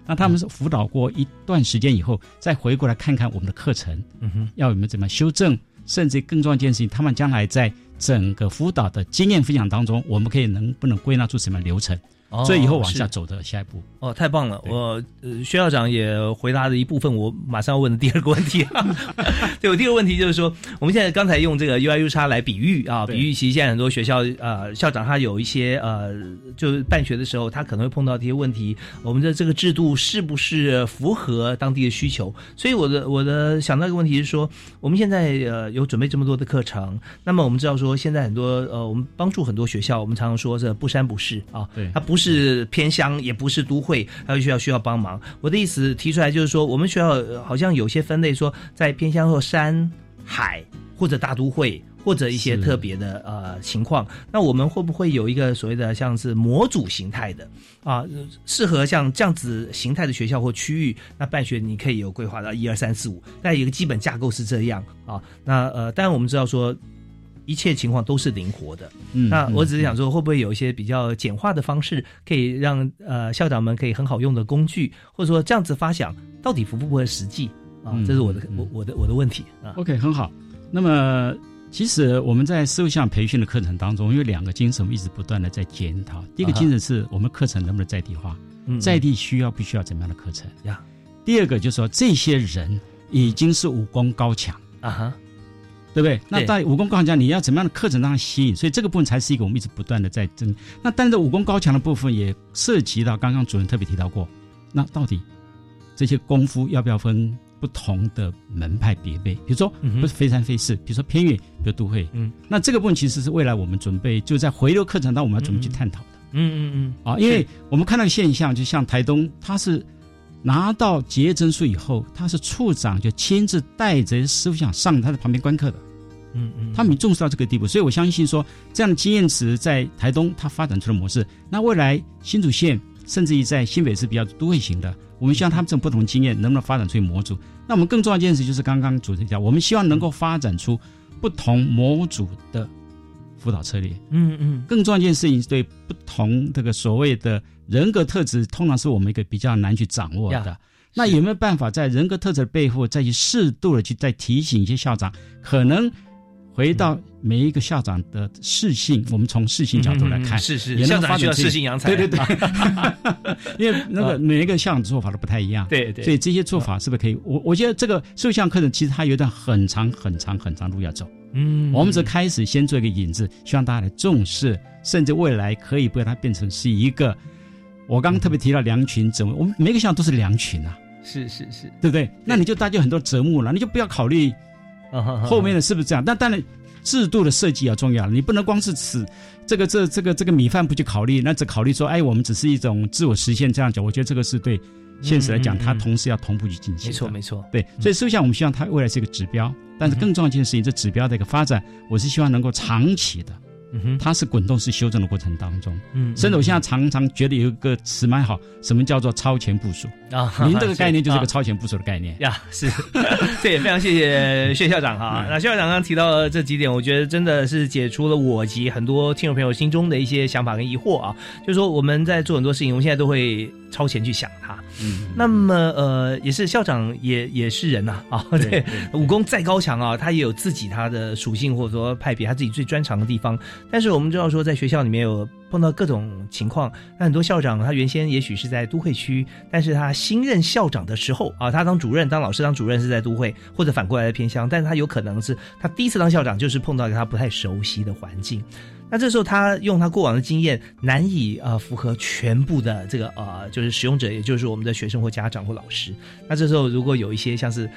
Speaker 5: 那他们是辅导过一段时间以后，再回过来看看我们的课程，要有没有怎么修正，甚至更重要一件事情，他们将来在整个辅导的经验分享当中，我们可以能不能归纳出什么流程，所以以后往下走的下一步。
Speaker 4: 太棒了！我薛校长也回答了一部分我马上要问的第二个问题对，我第二个问题就是说，我们现在刚才用这个 UI/U 来比喻啊，比喻其实现在很多学校校长他有一些就是办学的时候，他可能会碰到这些问题，我们的这个制度是不是符合当地的需求？所以我的想到一个问题是说，我们现在有准备这么多的课程，那么我们知道说现在很多我们帮助很多学校，我们常常说这不山不市啊，对，它不是偏乡，也不是都会。还有学校需要帮忙。我的意思提出来就是说，我们学校好像有些分类说，在偏乡或山海或者大都会或者一些特别的情况，那我们会不会有一个所谓的像是模组形态的适合像这样子形态的学校或区域，那办学你可以有规划到1、2、3、4、5，但一个基本架构是这样啊。那当然我们知道说，一切情况都是灵活的，那我只是想说，会不会有一些比较简化的方式，可以让校长们可以很好用的工具，或者说这样子发想到底符不符合实际啊？这是我的问题啊。
Speaker 5: OK， 很好。那么其实我们在社会向培训的课程当中，有2个精神我们一直不断的在检讨。第一个精神是我们课程能不能在地化，在地必须要怎么样的课程呀？第二个就是说，这些人已经是武功高强对不对？那在武功高强，你要怎么样的课程让他吸引？所以这个部分才是一个我们一直不断的在争。那但是武功高强的部分也涉及到刚刚主任特别提到过，那到底这些功夫要不要分不同的门派别类？比如说不是非山非市，比如说偏远，比如都会。那这个部分其实是未来我们准备就在回流课程当中我们要准备去探讨的。因为我们看到的现象，就像台东，他是拿到结业证书以后，他是处长就亲自带着师傅上他在旁边观课的。他们重视到这个地步，所以我相信说，这样的经验值在台东它发展出了模式。那未来新竹县甚至于在新北市比较都会型的，我们希望他们这种不同经验能不能发展出模组。那我们更重要一件事就是刚刚主持人讲，我们希望能够发展出不同模组的辅导策略。更重要一件事情是对不同这个所谓的人格特质，通常是我们一个比较难去掌握的。那有没有办法在人格特质的背后，再去适度的去再提醒一些校长，可能回到每一个校长的适性，我们从适性角度来看，
Speaker 4: 校长需要适性扬才，
Speaker 5: 对因为那个每一个校长做法都不太一样，
Speaker 4: 对，
Speaker 5: 所以这些做法是不是可以？我觉得这个社会向课程其实它有一段很长路要走。我们只开始先做一个引子，希望大家来重视，甚至未来可以把它变成是一个，我刚刚特别提到良群折磨，我们每个校长都是良群啊，
Speaker 4: 是，
Speaker 5: 对不对？那你就大家有很多折磨了，你就不要考虑后面的是不是这样？但当然，制度的设计要重要了，你不能光是这个米饭不去考虑，那只考虑说，我们只是一种自我实现这样讲，我觉得这个是对现实来讲，它同时要同步去进行。
Speaker 4: 没错，
Speaker 5: 对，所以实际上我们希望它未来是一个指标，但是更重要一件事情，这指标的一个发展，我是希望能够长期的。它是滚动式修正的过程当中，甚至我现在常常觉得有一个词蛮好，什么叫做超前部署您这个概念就是个超前部署的概念
Speaker 4: 呀，是，对，非常谢谢薛校长哈。那薛校长刚刚提到这几点，我觉得真的是解除了我及很多听众朋友心中的一些想法跟疑惑啊，就是说我们在做很多事情，我们现在都会超前去想它。那么也是校长也是人呐对，武功再高强啊，他也有自己他的属性或者说派别，他自己最专长的地方。但是我们知道说，在学校里面有碰到各种情况，那很多校长他原先也许是在都会区，但是他新任校长的时候啊，他当主任、当老师、当主任是在都会，或者反过来的偏乡，但是他有可能是他第一次当校长，就是碰到一个他不太熟悉的环境。那这时候他用他过往的经验，难以符合全部的这个就是使用者，也就是我们的学生或家长或老师。那这时候如果有一些像是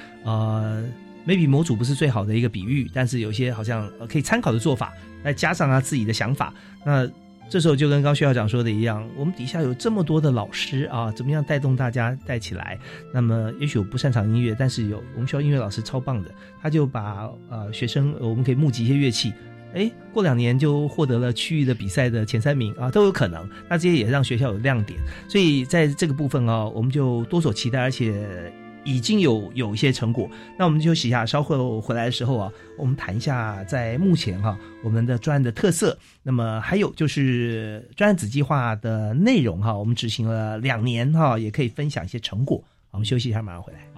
Speaker 4: maybe 模组不是最好的一个比喻，但是有些好像可以参考的做法，再加上他自己的想法，那这时候就跟刚薛校长说的一样，我们底下有这么多的老师啊，怎么样带动大家带起来？那么也许我不擅长音乐，但是我们学校音乐老师超棒的，他就把学生我们可以募集一些乐器，过2年就获得了区域的比赛的前3名啊，都有可能。那这些也让学校有亮点，所以在这个部分我们就多所期待，而且已经有一些成果。那我们休息一下，稍后回来的时候啊，我们谈一下在目前我们的专案的特色，那么还有就是专案子计划的内容我们执行了2年也可以分享一些成果。我们休息一下，马上回来。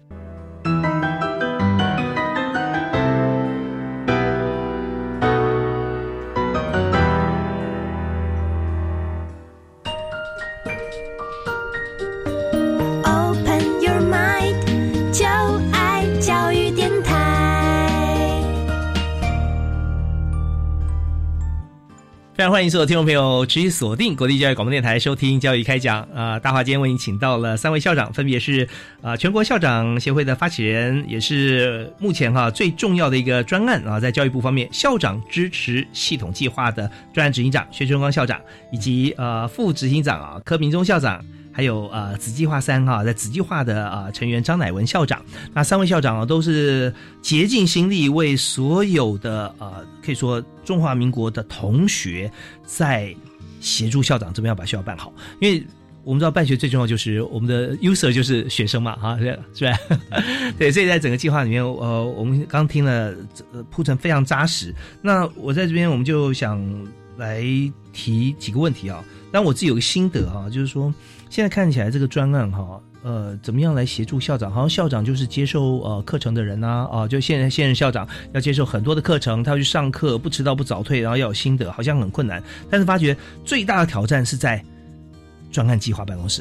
Speaker 4: 非常欢迎所有听众朋友持续锁定国立教育广播电台收听教育开讲。大华今天为您请到了3位校长，分别是全国校长协会的发起人，也是目前最重要的一个专案在教育部方面校长支持系统计划的专案执行长薛春光校长，以及副执行长柯明忠校长，还有子计划3在子计划的成员张乃文校长。那3位校长都是竭尽心力为所有的可以说中华民国的同学在协助校长怎么样把学校办好。因为我们知道办学最重要就是我们的 user 就是学生嘛是吧？对，所以在整个计划里面我们刚听了铺陈非常扎实。那我在这边我们就想来提几个问题但我自己有个心得就是说现在看起来这个专案怎么样来协助校长？好像校长就是接受课程的人就现任校长要接受很多的课程，他要去上课，不迟到不早退，然后要有心得，好像很困难。但是发觉最大的挑战是在专案计划办公室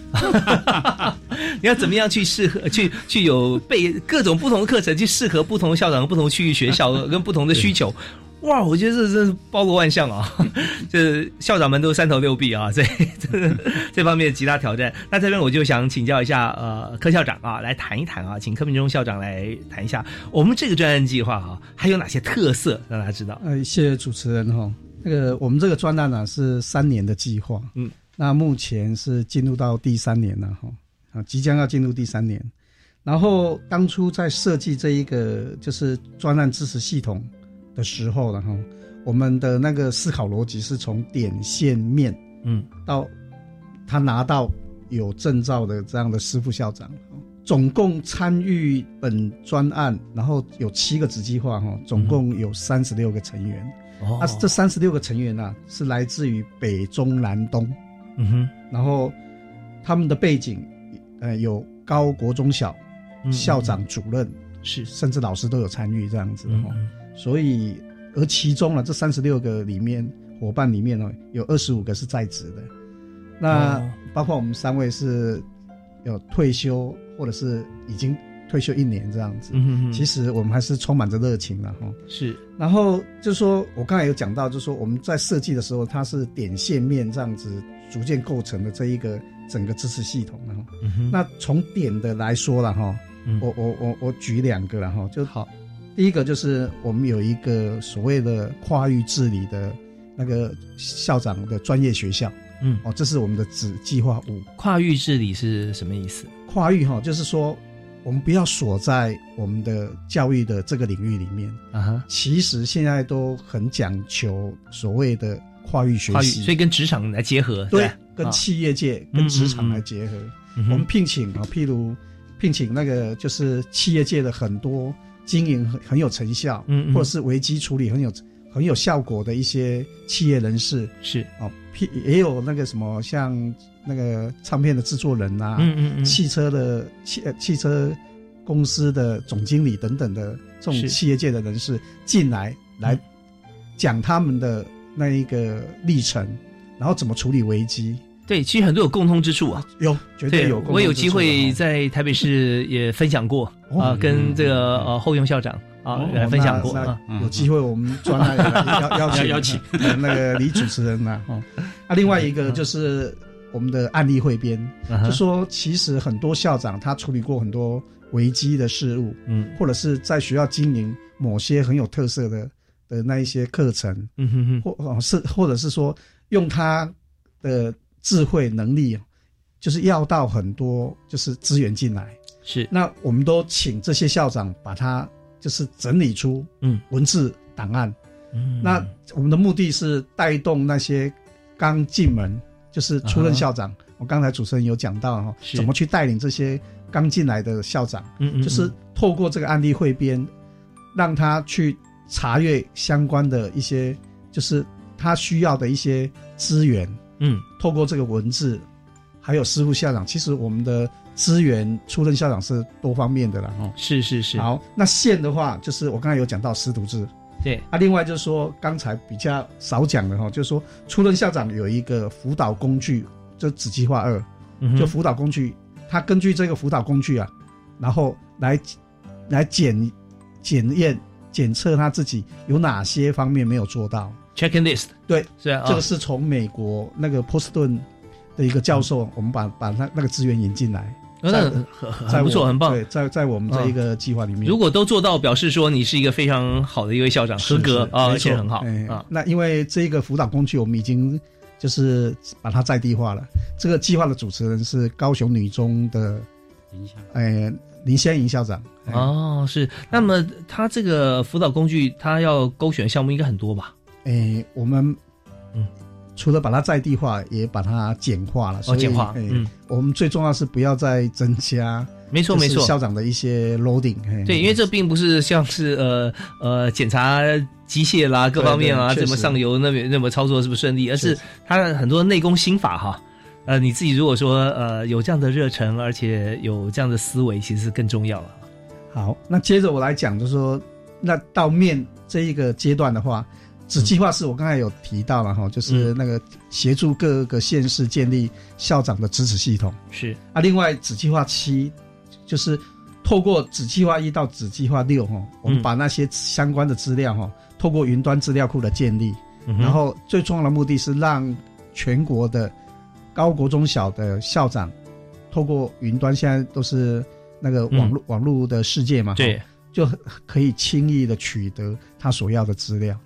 Speaker 4: 你要怎么样去适合去有备各种不同的课程，去适合不同的校长、不同区域学校跟不同的需求。哇，我觉得这真是包罗万象这校长们都三头六臂所以这方面的极大挑战。那这边我就想请教一下柯校长来谈一谈请柯明忠校长来谈一下我们这个专案计划还有哪些特色让大家知道。
Speaker 6: 谢谢主持人我们这个专案是3年的计划，那目前是进入到第3年了即将要进入第3年。然后当初在设计这一个就是专案支持系统的时候我们的那个思考逻辑是从点线面到他拿到有证照的这样的师副校长。总共参与本专案然后有7个子计划总共有36个成员。这36个成员是来自于北中南东。然后他们的背景有高国中小校长主任是甚至老师都有参与这样子所以而其中这36个里面伙伴里面有25个是在职的。那包括我们3位是有退休或者是已经退休1年这样子。其实我们还是充满着热情了
Speaker 4: 是。然
Speaker 6: 后就是说我刚才有讲到就是说我们在设计的时候它是点线面这样子逐渐构成的这一个整个支持系统那从点的来说了我举2个了就好。第一个就是我们有一个所谓的跨域治理的那个校长的专业学校这是我们的子计划5。
Speaker 4: 跨域治理是什么意思？
Speaker 6: 跨域就是说我们不要锁在我们的教育的这个领域里面其实现在都很讲求所谓的跨域学习，
Speaker 4: 所以跟职场来结合。
Speaker 6: 对，跟企业界跟职场来结合。我们聘请譬如聘请那个就是企业界的很多经营很有成效或者是危机处理很有效果的一些企业人士
Speaker 4: 是
Speaker 6: 也有那个什么像那个唱片的制作人汽车的汽车公司的总经理等等的这种企业界的人士进来讲他们的那一个历程，然后怎么处理危机。
Speaker 4: 对，其实很多有共通之处
Speaker 6: 有绝对有共通之处。
Speaker 4: 我有机会在台北市也分享过跟这个后用校长来分享过
Speaker 6: 有机会我们专案邀请那个李主持人另外一个就是我们的案例汇编就说其实很多校长他处理过很多危机的事物或者是在学校经营某些很有特色的那一些课程或者是说用他的智慧能力就是要到很多就是资源进来
Speaker 4: 是。
Speaker 6: 那我们都请这些校长把它就是整理出文字档案那我们的目的是带动那些刚进门就是初任校长我刚才主持人有讲到怎么去带领这些刚进来的校长，就是透过这个案例汇编，让他去查阅相关的一些，就是他需要的一些资源，透过这个文字，还有师副校长，其实我们的资源出任校长是多方面的啦，
Speaker 4: 是。
Speaker 6: 好，那县的话，就是我刚才有讲到师徒制，
Speaker 4: 对
Speaker 6: 啊，另外就是说刚才比较少讲的就是说出任校长有一个辅导工具，就子计划2，就辅导工具，他根据这个辅导工具啊，然后来检验检测他自己有哪些方面没有做到
Speaker 4: ，checking list，
Speaker 6: 对，
Speaker 4: 是啊，
Speaker 6: 这个是从美国那个波士顿的一个教授，我们把那个资源引进来。
Speaker 4: 那很不错，很棒。
Speaker 6: 对，在我们这一个计划里面，
Speaker 4: 如果都做到，表示说你是一个非常好的一位校长，合格啊，而且很好啊。
Speaker 6: 那因为这个辅导工具，我们已经就是把它在地化了。这个计划的主持人是高雄女中的林先营校长。
Speaker 4: 哦，是。那么他这个辅导工具，他要勾选项目应该很多吧？
Speaker 6: 我们除了把它在地化，也把它简化了。
Speaker 4: 简化。
Speaker 6: 我们最重要是不要再增加，
Speaker 4: 没错，
Speaker 6: 校长的一些 loading。
Speaker 4: 对，因为这并不是像是检查机械啦各方面啊，怎么上游那么操作是不是顺利，而是它很多内功心法哈。你自己如果说有这样的热忱，而且有这样的思维，其实更重要了。
Speaker 6: 好，那接着我来讲，就是说，那到面这一个阶段的话。子计划是我刚才有提到了就是那个协助各个县市建立校长的支持系统，
Speaker 4: 是
Speaker 6: 啊。另外子计划7就是透过子计划1到子计划6我们把那些相关的资料透过云端资料库的建立，然后最重要的目的是让全国的高国中小的校长透过云端，现在都是那个网络的世界嘛，
Speaker 4: 对。
Speaker 6: 就可以轻易的取得他所要的资料。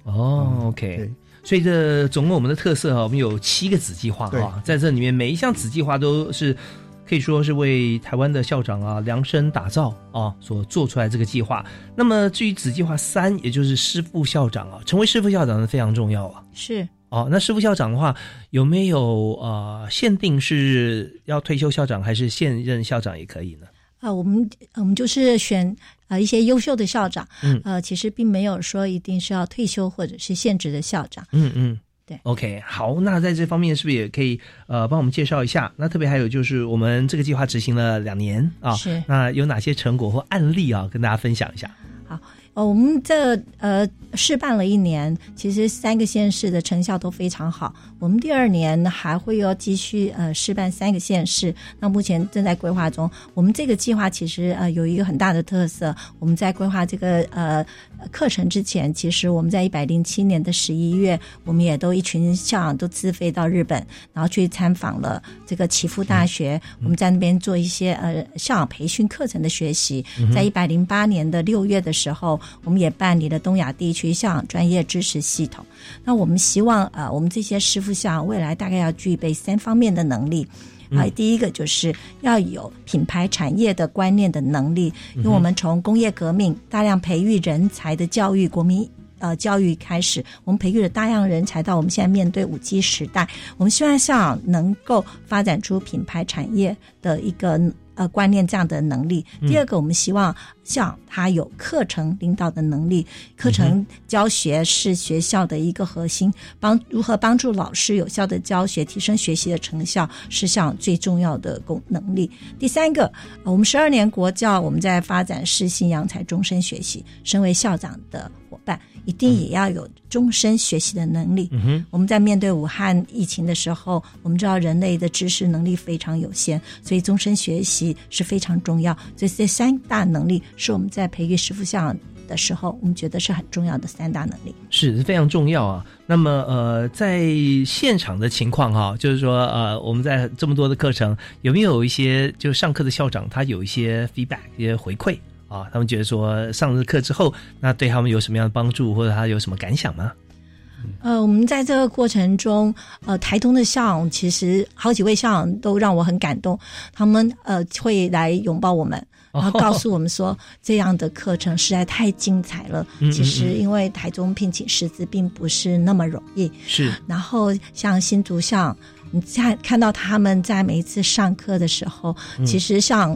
Speaker 4: OK， 所以这总共我们的特色我们有7个子计划在这里面每一项子计划都是可以说是为台湾的校长量身打造所做出来这个计划。那么至于子计划3，也就是师副校长成为师副校长是非常重要
Speaker 14: 是。
Speaker 4: 那师副校长的话，有没有限定是要退休校长还是现任校长也可以呢？
Speaker 14: 我们就是选一些优秀的校长，其实并没有说一定是要退休或者是现职的校长。对。
Speaker 4: OK， 好，那在这方面是不是也可以帮我们介绍一下？那特别还有就是我们这个计划执行了2年
Speaker 14: 是
Speaker 4: 那有哪些成果或案例跟大家分享一下？
Speaker 14: 好。我们这试办了1年，其实3个县市的成效都非常好。我们第2年还会要继续试办3个县市，那目前正在规划中。我们这个计划其实有一个很大的特色，我们在规划这个课程之前，其实我们在107年的11月，我们也都一群校长都自费到日本，然后去参访了这个祈福大学，我们在那边做一些校长培训课程的学习。在108年的6月的时候，我们也办理了东亚地区校长专业支持系统。那我们希望我们这些师副校长未来大概要具备3方面的能力。第一个就是要有品牌产业的观念的能力，因为我们从工业革命大量培育人才的教育，国民教育开始，我们培育了大量人才，到我们现在面对5G 时代，我们希望校长能够发展出品牌产业的一个观念这样的能力。第二个，我们希望校长他有课程领导的能力，课程教学是学校的一个核心，如何帮助老师有效的教学，提升学习的成效，是校长最重要的能力。第三个，我们12年国教，我们在发展适性扬才终身学习，身为校长的伙伴一定也要有终身学习的能力。我们在面对武汉疫情的时候，我们知道人类的知识能力非常有限，所以终身学习是非常重要。所以这3大能力是我们在培育师副校长的时候，我们觉得是很重要的3大能力，
Speaker 4: 是非常重要那么在现场的情况就是说我们在这么多的课程，有没有一些就上课的校长他有一些 feedback 一些回馈他们觉得说上了课之后，那对他们有什么样的帮助，或者他有什么感想吗？
Speaker 14: 我们在这个过程中，台东的校长其实好几位校长都让我很感动，他们会来拥抱我们，然后告诉我们说这样的课程实在太精彩了。其实因为台中聘请师资并不是那么容易，
Speaker 4: 是。
Speaker 14: 然后像新竹校长，你看到他们在每一次上课的时候，其实像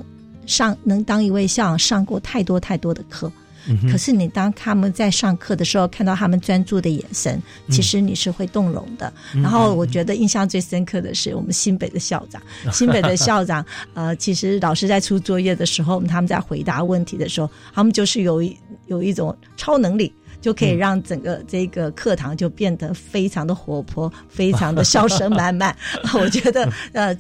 Speaker 14: 能当一位校长上过太多太多的课。可是你当他们在上课的时候，看到他们专注的眼神，其实你是会动容的。然后我觉得印象最深刻的是我们新北的校长，其实老师在出作业的时候，他们在回答问题的时候，他们就是有一种超能力，就可以让整个这个课堂就变得非常的活泼，非常的笑声满满。我觉得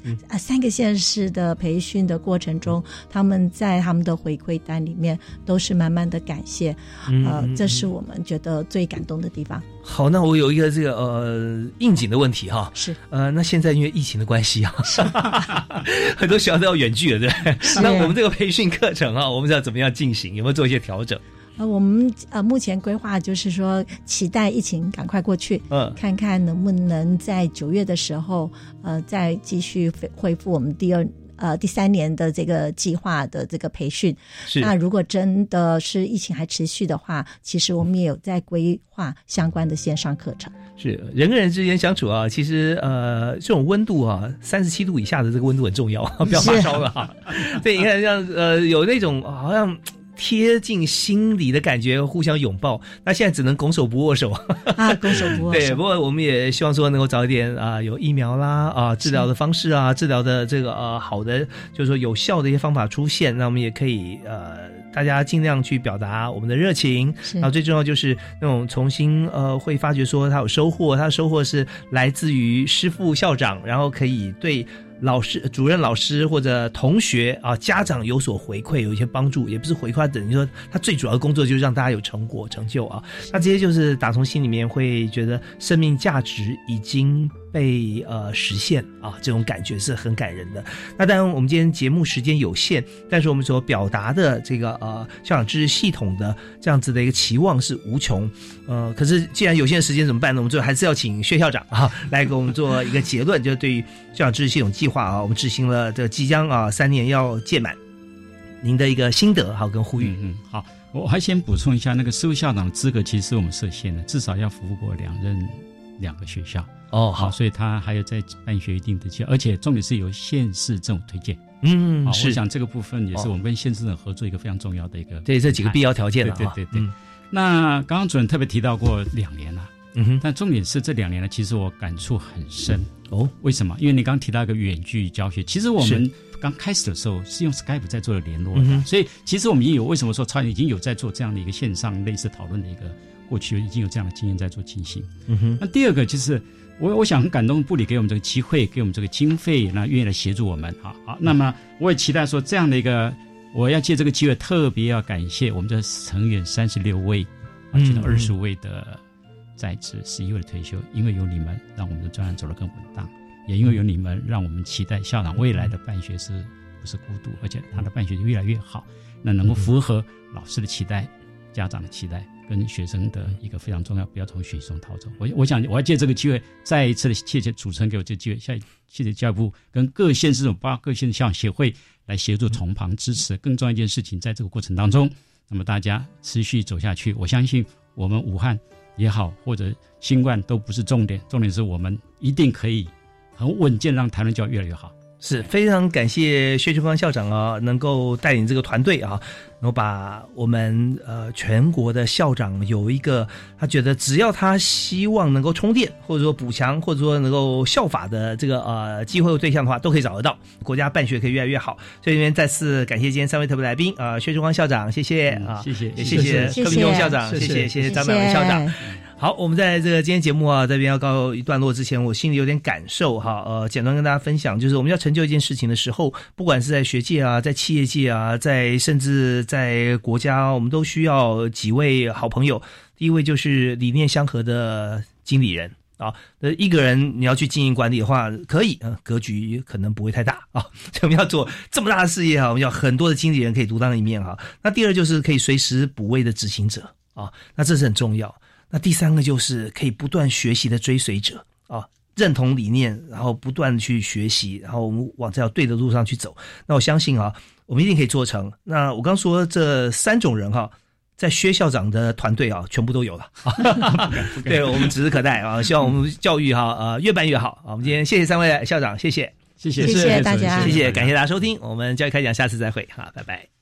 Speaker 14: 3个县市的培训的过程中，他们在他们的回馈单里面都是满满的感谢，这是我们觉得最感动的地方。
Speaker 4: 好，那我有一个这个应景的问题哈，
Speaker 14: 是
Speaker 4: 那现在因为疫情的关系啊，很多学校都要远距了，对不对？那我们这个培训课程啊，我们要怎么样进行？有没有做一些调整？
Speaker 14: 我们目前规划就是说，期待疫情赶快过去，看看能不能在9月的时候，再继续恢复我们第3年的这个计划的这个培训。那如果真的是疫情还持续的话，其实我们也有在规划相关的线上课程。
Speaker 4: 是人跟人之间相处啊，其实这种温度啊，37度以下的这个温度很重要，不要发烧了哈。对，你看像有那种好像贴近心里的感觉，互相拥抱。那现在只能拱手不握手
Speaker 14: 啊，拱手不握手。
Speaker 4: 对，不过我们也希望说能够早一点有疫苗啦治疗的方式啊，治疗的这个好的，就是说有效的一些方法出现，那我们也可以大家尽量去表达我们的热情。然后最重要就是那种重新会发觉说他有收获，他的收获是来自于师父校长，然后可以对老师、主任老师或者同学啊、家长有所回馈，有一些帮助，也不是回馈，等于说他最主要的工作就是让大家有成果、成就啊。那这些就是打从心里面会觉得生命价值已经被实现啊，这种感觉是很感人的。那当然，我们今天节目时间有限，但是我们所表达的这个校长知识系统的这样子的一个期望是无穷。可是既然有限的时间怎么办呢？我们最后还是要请薛校长来给我们做一个结论，就是对于校长知识系统计划我们执行了这即将3年要届满，您的一个心得跟呼吁。
Speaker 5: 好，我还先补充一下，那个师副校长的资格其实是我们设限的，至少要服务过2个学校。好，所以他还有在办学一定的而且重点是由县市政府推荐。是，我想这个部分也是我们跟县市政府合作一个非常重要的一个。
Speaker 4: 对，这几个必要条件了。
Speaker 5: 对。那刚刚主任特别提到过2年了。但重点是这2年呢，其实我感触很深。为什么？因为你刚刚提到一个远距教学，其实我们刚开始的时候是用 Skype 在做联络的，所以其实我们也有为什么说超人已经有在做这样的一个线上类似讨论的一个，过去已经有这样的经验在做进行。那第二个就是我想很感动部里给我们这个机会，给我们这个经费，那愿意来协助我们。好，那么我也期待说这样的一个，我要借这个机会特别要感谢我们的成员36位，其中25位的在职，11位的退休，因为有你们，让我们的专案走得更稳当，也因为有你们，让我们期待校长未来的办学是不是孤独，而且他的办学越来越好，那能够符合老师的期待、家长的期待，跟学生的一个非常重要，不要从学习中逃走。我想我要借这个机会，再一次的谢谢主持人给我这个机会，谢谢教育部跟各县市包括各县市校长协会来协助从旁支持。更重要一件事情，在这个过程当中，那么大家持续走下去，我相信我们武汉也好，或者新冠都不是重点，重点是我们一定可以很稳健让台湾教育越来越好。
Speaker 4: 是非常感谢薛俊芳校长能够带领这个团队能够把我们全国的校长有一个他觉得只要他希望能够充电，或者说补强，或者说能够效法的这个机会对象的话，都可以找得到，国家办学可以越来越好。所以这边再次感谢今天3位特别来宾薛俊芳校长，谢谢
Speaker 5: 谢谢，
Speaker 4: 也谢谢柯明忠校长，谢谢张乃文校长。好，我们在这个今天节目这边要告一段落之前，我心里有点感受简单跟大家分享，就是我们要成就一件事情的时候，不管是在学界在企业界在甚至在国家，我们都需要几位好朋友。第一位就是理念相合的经理人一个人你要去经营管理的话，可以格局可能不会太大所以我们要做这么大的事业我们要很多的经理人可以独当一面那第二就是可以随时补位的执行者那这是很重要。那第3个就是可以不断学习的追随者认同理念，然后不断去学习，然后我们往这条对的路上去走。那我相信我们一定可以做成。那我刚说这3种人在薛校长的团队全部都有了对，我们指日可待希望我们教育越办越好我们今天谢谢3位校长，谢谢。
Speaker 5: 谢谢
Speaker 14: 谢谢大家，
Speaker 4: 谢谢，感谢大家收听，我们教育开讲，下次再会，好，拜拜。